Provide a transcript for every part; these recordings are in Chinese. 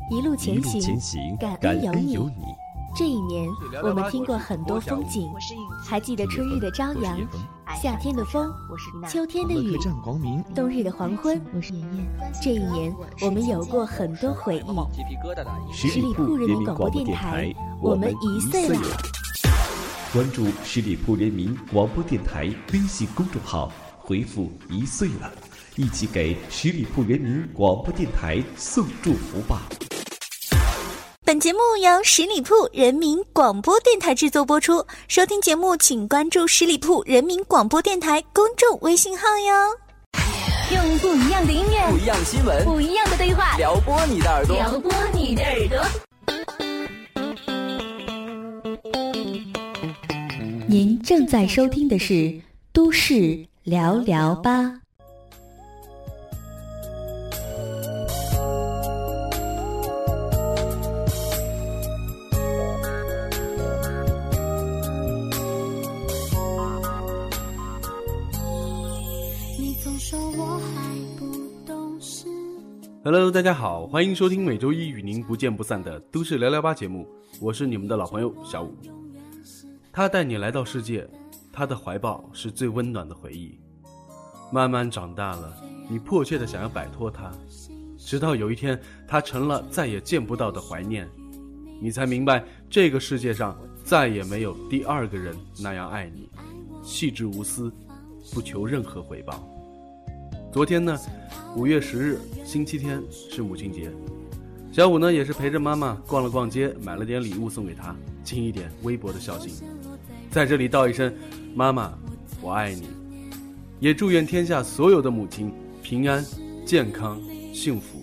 一路前行，感恩有你。这一年，我们听过很多风景，还记得春日的朝阳，夏天的风，秋天的雨，冬日的黄昏。这一年，我们有过很多回忆。十里铺人民广播电台，我们1岁了。 关注十里铺人民广播电台微信公众号，回复1岁了，一起给十里铺人民广播电台送祝福吧。 本节目由十里铺人民广播电台制作播出，收听节目请关注十里铺人民广播电台公众微信号哟。 用不一样的音乐， 不一样的新闻， 不一样的对话， 撩拨你的耳朵， 撩拨你的耳朵。 您正在收听的是都市聊聊吧。 Hello， 大家好，欢迎收听每周一与您不见不散的都市聊聊吧节目，我是你们的老朋友小五。他带你来到世界，他的怀抱是最温暖的回忆。慢慢长大了，你迫切地想要摆脱他，直到有一天他成了再也见不到的怀念，你才明白这个世界上再也没有第二个人那样爱你，细致无私，不求任何回报。昨天呢，5月10日星期天是母亲节，小五呢也是陪着妈妈逛了逛街，买了点礼物送给她，尽一点微薄的孝心。在这里道一声妈妈我爱你，也祝愿天下所有的母亲平安健康幸福。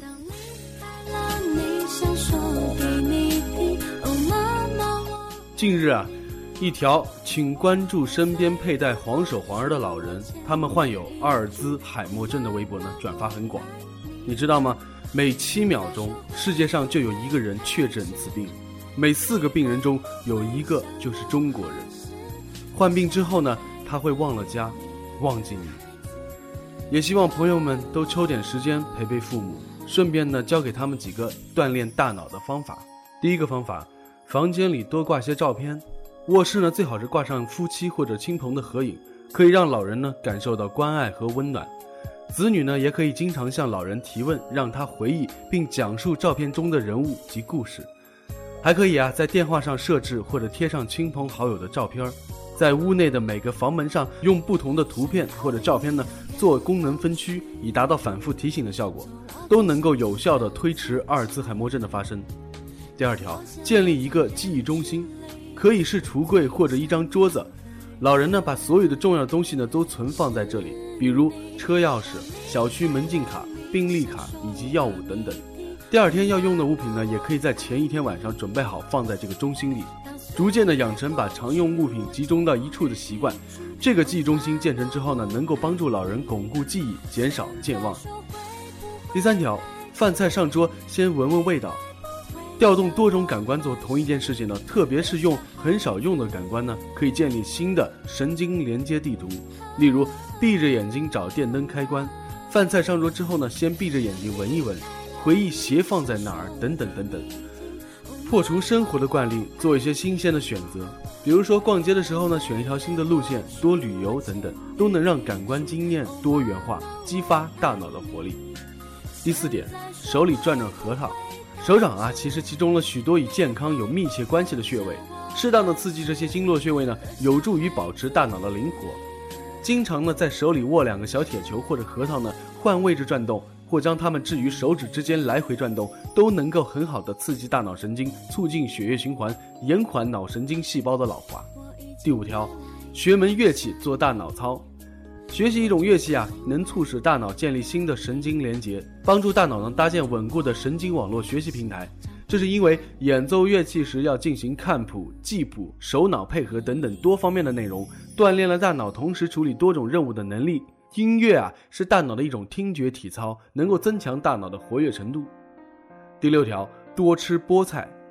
近日啊，一条请关注身边佩戴黄手环儿的老人，他们患有阿尔兹海默症的微博呢转发很广。你知道吗？每7秒钟世界上就有1个人确诊此病，每4个病人中有1个就是中国人。患病之后呢，他会忘了家，忘记你。也希望朋友们都抽点时间陪陪父母，顺便呢教给他们几个锻炼大脑的方法。第一个方法，房间里多挂些照片，卧室呢最好是挂上夫妻或者亲朋的合影，可以让老人呢感受到关爱和温暖。子女呢也可以经常向老人提问，让他回忆并讲述照片中的人物及故事。还可以啊，在电话上设置或者贴上亲朋好友的照片，在屋内的每个房门上用不同的图片或者照片呢做功能分区，以达到反复提醒的效果，都能够有效地推迟阿尔兹海默症的发生。第二条，建立一个记忆中心，可以是橱柜或者一张桌子，老人呢把所有的重要的东西呢都存放在这里，比如车钥匙、小区门禁卡、病历卡以及药物等等。第二天要用的物品呢，也可以在前一天晚上准备好放在这个中心里，逐渐的养成把常用物品集中到一处的习惯。这个记忆中心建成之后呢，能够帮助老人巩固记忆，减少健忘。第三条，饭菜上桌先闻闻味道。调动多种感官做同一件事情呢，特别是用很少用的感官呢，可以建立新的神经连接地图。例如，闭着眼睛找电灯开关，饭菜上桌之后呢，先闭着眼睛闻一闻，回忆鞋放在哪儿，等等等等。破除生活的惯例，做一些新鲜的选择，比如说逛街的时候呢，选一条新的路线，多旅游等等，都能让感官经验多元化，激发大脑的活力。第4点，手里转转核桃。手掌啊，其实集中了许多与健康有密切关系的穴位，适当的刺激这些经络穴位呢，有助于保持大脑的灵活。经常呢在手里握2个小铁球或者核桃呢，换位置转动，或将它们置于手指之间来回转动，都能够很好的刺激大脑神经，促进血液循环，延缓脑神经细胞的老化。第5条，学门乐器做大脑操。学习一种乐器啊，能促使大脑建立新的神经连结，帮助大脑能搭建稳固的神经网络学习平台。这是因为演奏乐器时要进行看谱、记谱、手脑配合等等多方面的内容，锻炼了大脑同时处理多种任务的能力。音乐啊，是大脑的一种听觉体操，能够增强大脑的活跃程度。第6条，多吃菠菜。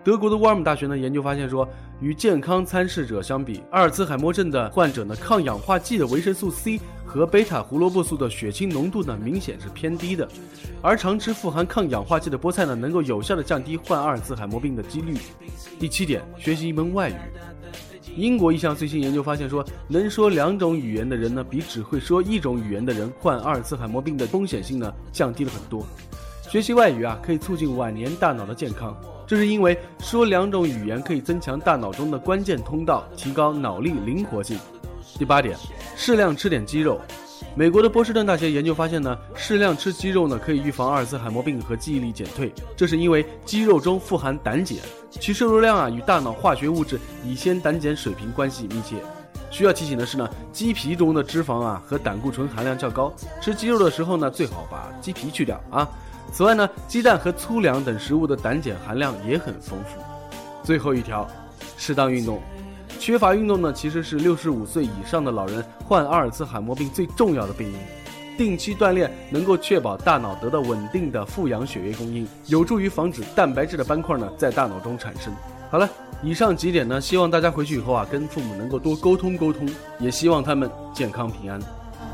德国的沃尔姆大学呢研究发现说，与健康参试者相比，阿尔茨海默症的患者呢，抗氧化剂的维生素 C 和贝塔胡萝卜素的血清浓度呢明显是偏低的，而常吃富含抗氧化剂的菠菜呢，能够有效的降低患阿尔茨海默病的几率。第7点，学习一门外语。英国一项最新研究发现说，能说2种语言的人呢，比只会说1种语言的人患阿尔茨海默病的风险性呢降低了很多。学习外语啊，可以促进晚年大脑的健康，这是因为说2种语言可以增强大脑中的关键通道，提高脑力灵活性。第8点，适量吃点鸡肉。美国的波士顿大学研究发现呢，适量吃鸡肉呢可以预防阿尔茨海默病和记忆力减退，这是因为鸡肉中富含胆碱，其摄入量啊与大脑化学物质乙酰胆碱水平关系密切。需要提醒的是呢，鸡皮中的脂肪啊和胆固醇含量较高，吃鸡肉的时候呢最好把鸡皮去掉啊。此外呢，鸡蛋和粗粮等食物的胆碱含量也很丰富。最后一条，适当运动。缺乏运动呢，其实是65岁以上的老人患阿尔茨海默病最重要的病因。定期锻炼能够确保大脑得到稳定的富氧血液供应，有助于防止蛋白质的斑块呢在大脑中产生。好了，以上几点呢，希望大家回去以后啊，跟父母能够多沟通沟通，也希望他们健康平安。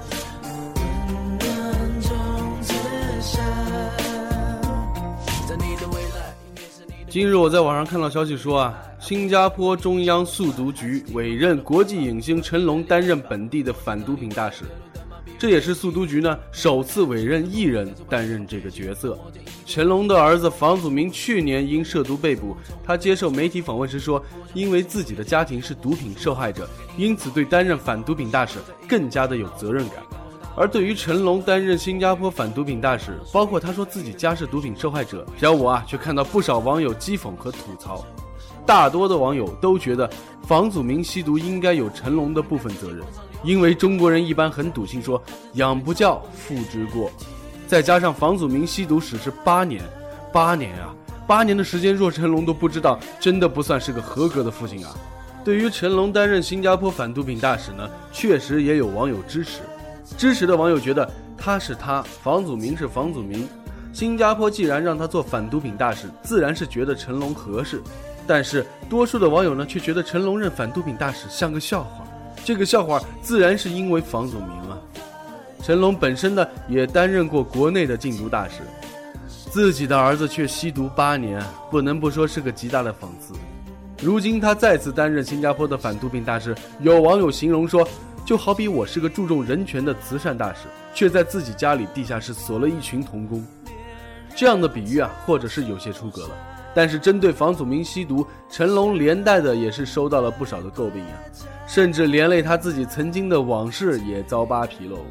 今日我在网上看到消息说啊，新加坡中央速毒局委任国际影星成龙担任本地的反毒品大使，这也是速毒局呢首次委任艺人担任这个角色。成龙的儿子房祖名去年因涉毒被捕，他接受媒体访问时说，因为自己的家庭是毒品受害者，因此对担任反毒品大使更加的有责任感。而对于成龙担任新加坡反毒品大使，包括他说自己家是毒品受害者，小我啊却看到不少网友讥讽和吐槽。大多的网友都觉得房祖名吸毒应该有成龙的部分责任，因为中国人一般很笃信说养不教父之过，再加上房祖名吸毒史是8年啊，8年的时间若成龙都不知道，真的不算是个合格的父亲啊。对于成龙担任新加坡反毒品大使呢，确实也有网友支持的网友觉得他是他，房祖名是房祖名，新加坡既然让他做反毒品大使，自然是觉得成龙合适。但是多数的网友呢，却觉得成龙任反毒品大使像个笑话，这个笑话自然是因为房祖名啊。成龙本身呢也担任过国内的禁毒大使，自己的儿子却吸毒8年，不能不说是个极大的讽刺。如今他再次担任新加坡的反毒品大使，有网友形容说，就好比我是个注重人权的慈善大使，却在自己家里地下室锁了一群童工。这样的比喻啊，或者是有些出格了。但是针对房祖名吸毒，成龙连带的也是收到了不少的诟病啊，甚至连累他自己曾经的往事也遭扒皮喽。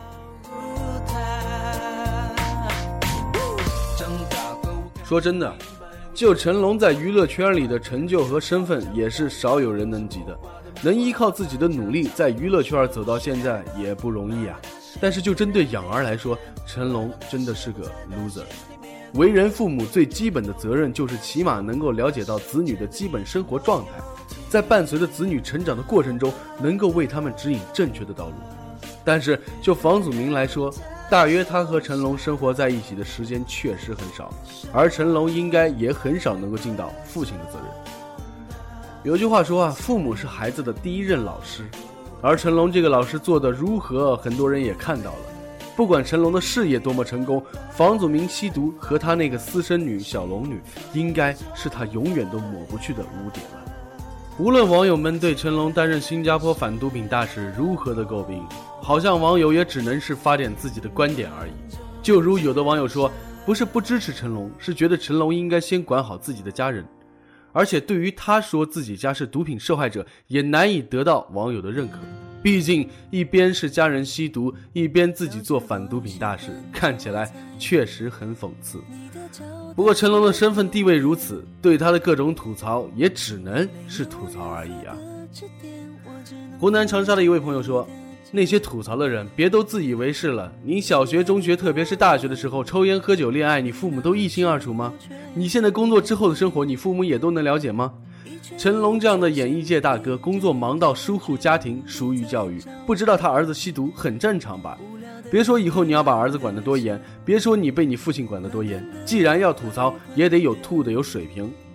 说真的，就成龙在娱乐圈里的成就和身份也是少有人能及的，能依靠自己的努力在娱乐圈走到现在也不容易啊。但是就针对养儿来说，成龙真的是个 loser。 为人父母最基本的责任就是起码能够了解到子女的基本生活状态，在伴随着子女成长的过程中能够为他们指引正确的道路。但是就房祖名来说，大约他和成龙生活在一起的时间确实很少，而成龙应该也很少能够尽到父亲的责任。有句话说啊，父母是孩子的第一任老师，而成龙这个老师做得如何，很多人也看到了。不管成龙的事业多么成功，房祖名吸毒和他那个私生女小龙女应该是他永远都抹不去的污点了。无论网友们对成龙担任新加坡反毒品大使如何的诟病，好像网友也只能是发点自己的观点而已。就如有的网友说，不是不支持成龙，是觉得成龙应该先管好自己的家人。而且对于他说自己家是毒品受害者，也难以得到网友的认可。毕竟一边是家人吸毒，一边自己做反毒品大使，看起来确实很讽刺。不过成龙的身份地位如此，对他的各种吐槽也只能是吐槽而已啊。湖南长沙的一位朋友说，那些吐槽的人别都自以为是了，你小学中学特别是大学的时候抽烟喝酒恋爱，你父母都一清二楚吗？你现在工作之后的生活，你父母也都能了解吗？成龙这样的演艺界大哥，工作忙到疏忽家庭疏于教育，不知道他儿子吸毒很正常吧？别说以后你要把儿子管得多严，别说你被你父亲管得多严，既然要吐槽，也得有吐的有水平，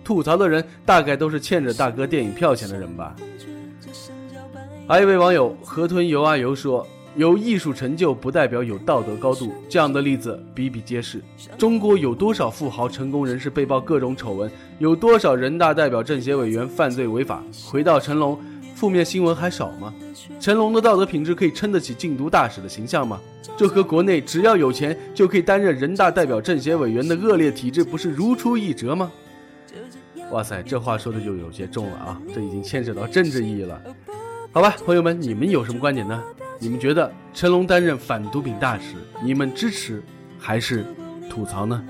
吐槽的人大概都是欠着大哥电影票钱的人吧。还有一位网友河豚游啊游说，有艺术成就不代表有道德高度，这样的例子比比皆是。中国有多少富豪成功人士被曝各种丑闻，有多少人大代表政协委员犯罪违法，回到成龙，负面新闻还少吗？成龙的道德品质可以撑得起禁毒大使的形象吗？这和国内只要有钱就可以担任人大代表政协委员的恶劣体制不是如出一辙吗？哇塞，这话说的就有些重了啊，这已经牵扯到政治意义了。好吧，朋友们，你们有什么观点呢？你们觉得成龙担任反毒品大使，你们支持还是吐槽呢？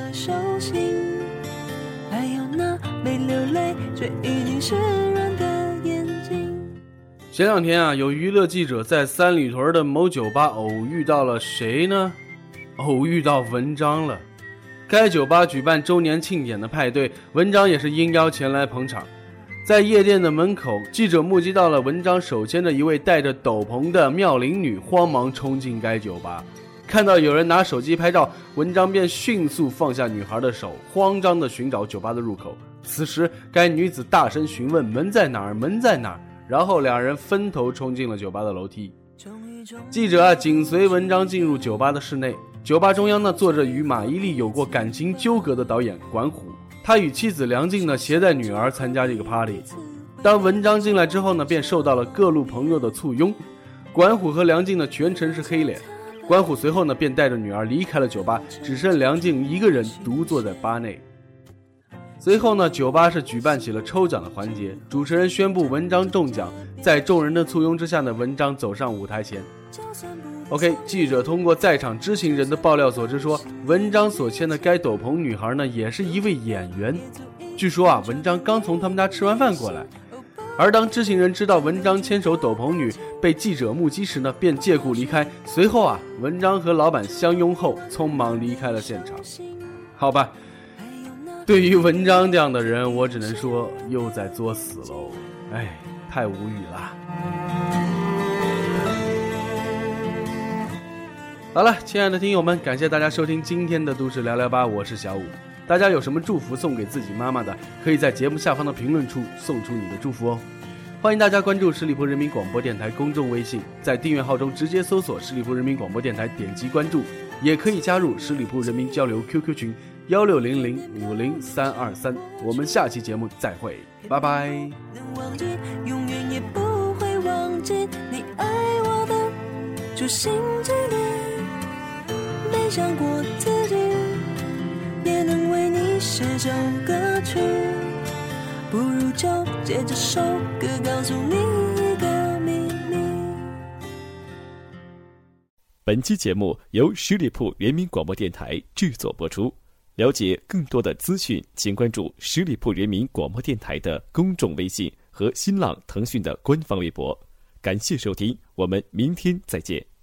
还有那没流泪却已经湿润的眼睛。前两天啊，有娱乐记者在三里屯的某酒吧偶遇到了谁呢？偶遇到文章了。该酒吧举办周年庆典的派对，文章也是应邀前来捧场。在夜店的门口，记者目击到了文章手牵着一位戴着斗篷的妙龄女慌忙冲进该酒吧。看到有人拿手机拍照，文章便迅速放下女孩的手，慌张地寻找酒吧的入口。此时该女子大声询问门在哪儿，门在哪儿，然后两人分头冲进了酒吧的楼梯。记者紧随文章进入酒吧的室内。酒吧中央呢，坐着与马伊琍有过感情纠葛的导演管虎，他与妻子梁静呢携带女儿参加这个 party。 当文章进来之后呢，便受到了各路朋友的簇拥。管虎和梁静呢全程是黑脸。管虎随后呢便带着女儿离开了酒吧，只剩梁静一个人独坐在吧内。随后呢，酒吧是举办起了抽奖的环节，主持人宣布文章中奖，在众人的簇拥之下呢，文章走上舞台前。OK， 记者通过在场知情人的爆料所知说，文章所牵的该斗篷女孩呢，也是一位演员。据说啊，文章刚从他们家吃完饭过来。而当知情人知道文章牵手斗篷女被记者目击时呢，便借故离开。随后啊，文章和老板相拥后，匆忙离开了现场。好吧，对于文章这样的人，我只能说又在作死喽，哎，太无语了。好了，亲爱的听友们，感谢大家收听今天的都市聊聊吧，我是小五。大家有什么祝福送给自己妈妈的，可以在节目下方的评论处送出你的祝福哦。欢迎大家关注十里铺人民广播电台公众微信，在订阅号中直接搜索十里铺人民广播电台，点击关注，也可以加入十里铺人民交流 QQ 群1600503223。我们下期节目再会，拜拜。永远也不会忘记你爱我的处心积虑，没想过自己也能为你写首歌曲，不如就借这首歌告诉你一个秘密。 本期节目由十里铺人民广播电台制作播出。了解更多的资讯，请关注十里铺人民广播电台的公众微信和新浪、腾讯的官方微博。感谢收听，我们明天再见。